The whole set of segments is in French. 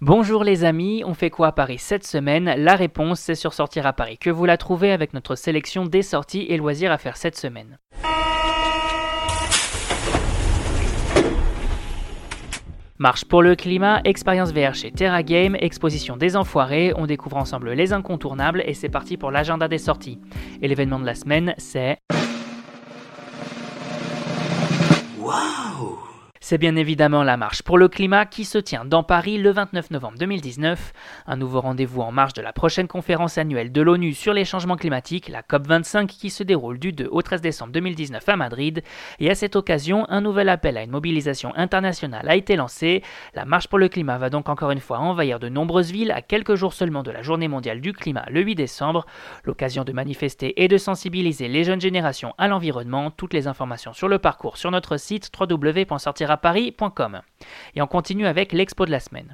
Bonjour les amis, on fait quoi à Paris cette semaine? La réponse c'est sur Sortir à Paris que vous la trouvez avec notre sélection des sorties et loisirs à faire cette semaine. Marche pour le climat, expérience VR chez Terra Game, exposition des enfoirés, on découvre ensemble les incontournables et c'est parti pour l'agenda des sorties. Et l'événement de la semaine c'est... C'est bien évidemment la Marche pour le climat qui se tient dans Paris le 29 novembre 2019, un nouveau rendez-vous en marge de la prochaine conférence annuelle de l'ONU sur les changements climatiques, la COP25 qui se déroule du 2 au 13 décembre 2019 à Madrid, et à cette occasion, un nouvel appel à une mobilisation internationale a été lancé. La Marche pour le climat va donc encore une fois envahir de nombreuses villes à quelques jours seulement de la Journée mondiale du climat le 8 décembre, l'occasion de manifester et de sensibiliser les jeunes générations à l'environnement. Toutes les informations sur le parcours sur notre site www.sortiraparis.com. Et on continue avec l'expo de la semaine.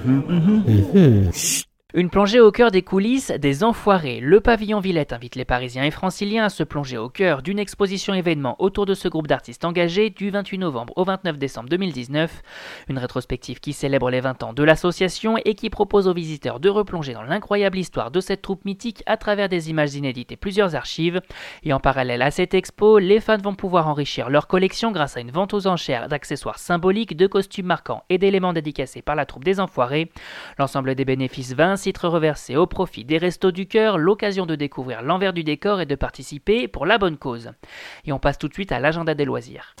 Une plongée au cœur des coulisses des Enfoirés. Le pavillon Villette invite les Parisiens et Franciliens à se plonger au cœur d'une exposition événement autour de ce groupe d'artistes engagés du 28 novembre au 29 décembre 2019. Une rétrospective qui célèbre les 20 ans de l'association et qui propose aux visiteurs de replonger dans l'incroyable histoire de cette troupe mythique à travers des images inédites et plusieurs archives. Et en parallèle à cette expo, les fans vont pouvoir enrichir leur collection grâce à une vente aux enchères d'accessoires symboliques, de costumes marquants et d'éléments dédicacés par la troupe des Enfoirés. L'ensemble des bénéfices va ainsi être reversé au profit des Restos du Cœur, l'occasion de découvrir l'envers du décor et de participer pour la bonne cause. Et on passe tout de suite à l'agenda des loisirs.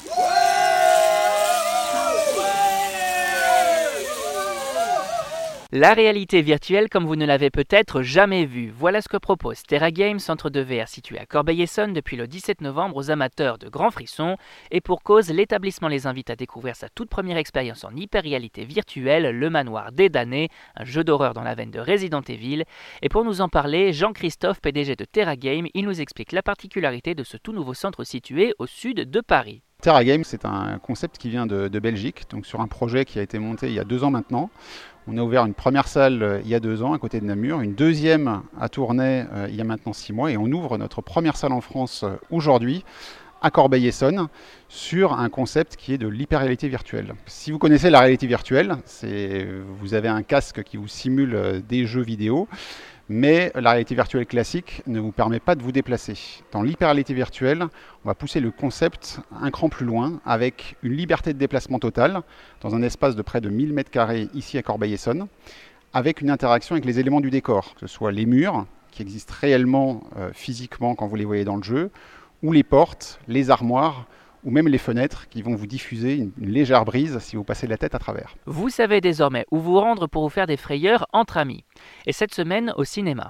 La réalité virtuelle comme vous ne l'avez peut-être jamais vue. Voilà ce que propose Terra Game, centre de VR situé à Corbeil-Essonnes depuis le 17 novembre aux amateurs de grands frissons. Et pour cause, l'établissement les invite à découvrir sa toute première expérience en hyper-réalité virtuelle, le manoir des damnés, un jeu d'horreur dans la veine de Resident Evil. Et pour nous en parler, Jean-Christophe, PDG de Terra Game, il nous explique la particularité de ce tout nouveau centre situé au sud de Paris. Terra Game, c'est un concept qui vient de Belgique, donc sur un projet qui a été monté il y a 2 ans maintenant. On a ouvert une première salle il y a 2 ans à côté de Namur, une deuxième à Tournai il y a maintenant 6 mois et on ouvre notre première salle en France aujourd'hui à Corbeil-Essonnes sur un concept qui est de l'hyper-réalité virtuelle. Si vous connaissez la réalité virtuelle, vous avez un casque qui vous simule des jeux vidéo. Mais la réalité virtuelle classique ne vous permet pas de vous déplacer. Dans l'hyper-réalité virtuelle, on va pousser le concept un cran plus loin avec une liberté de déplacement totale dans un espace de près de 1000 m² ici à Corbeil-Essonnes, avec une interaction avec les éléments du décor, que ce soit les murs qui existent réellement physiquement quand vous les voyez dans le jeu, ou les portes, les armoires, ou même les fenêtres qui vont vous diffuser une légère brise si vous passez la tête à travers. Vous savez désormais où vous rendre pour vous faire des frayeurs entre amis. Et cette semaine au cinéma.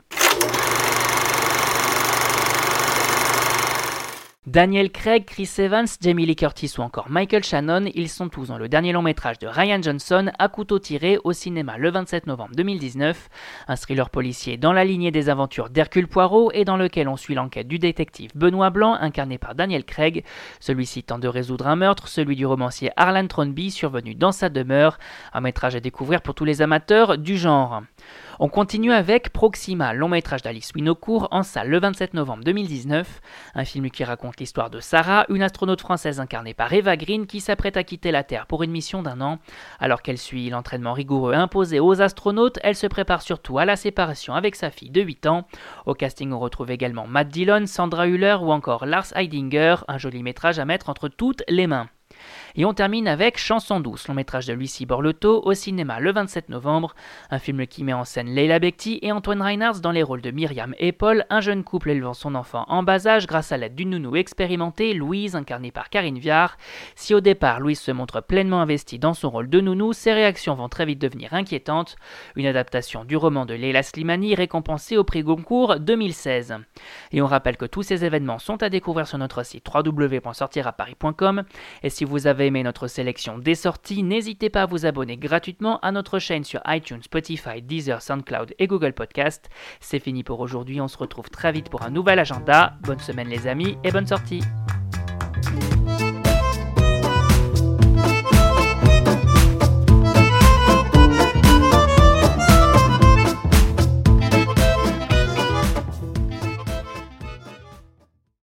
Daniel Craig, Chris Evans, Jamie Lee Curtis ou encore Michael Shannon, ils sont tous dans le dernier long métrage de Rian Johnson, À couteau tiré, au cinéma le 27 novembre 2019. Un thriller policier dans la lignée des aventures d'Hercule Poirot et dans lequel on suit l'enquête du détective Benoît Blanc, incarné par Daniel Craig. Celui-ci tente de résoudre un meurtre, celui du romancier Harlan Thrombey, survenu dans sa demeure. Un métrage à découvrir pour tous les amateurs du genre. On continue avec Proxima, long métrage d'Alice Winocourt, en salle le 27 novembre 2019. Un film qui raconte l'histoire de Sarah, une astronaute française incarnée par Eva Green qui s'apprête à quitter la Terre pour une mission d'1 an. Alors qu'elle suit l'entraînement rigoureux imposé aux astronautes, elle se prépare surtout à la séparation avec sa fille de 8 ans. Au casting, on retrouve également Matt Dillon, Sandra Hüller ou encore Lars Heidinger, un joli métrage à mettre entre toutes les mains. Et on termine avec Chanson douce, long métrage de Lucie Borlotto, au cinéma le 27 novembre. Un film qui met en scène Leila Bekti et Antoine Reinhardt dans les rôles de Myriam et Paul, un jeune couple élevant son enfant en bas âge grâce à l'aide d'une nounou expérimentée, Louise, incarnée par Karine Viard. Si au départ, Louise se montre pleinement investie dans son rôle de nounou, ses réactions vont très vite devenir inquiétantes. Une adaptation du roman de Leila Slimani récompensée au prix Goncourt 2016. Et on rappelle que tous ces événements sont à découvrir sur notre site www.sortiraparis.com. Et si vous avez aimé notre sélection des sorties, n'hésitez pas à vous abonner gratuitement à notre chaîne sur iTunes, Spotify, Deezer, SoundCloud et Google Podcast. C'est fini pour aujourd'hui, on se retrouve très vite pour un nouvel agenda. Bonne semaine les amis et bonne sortie.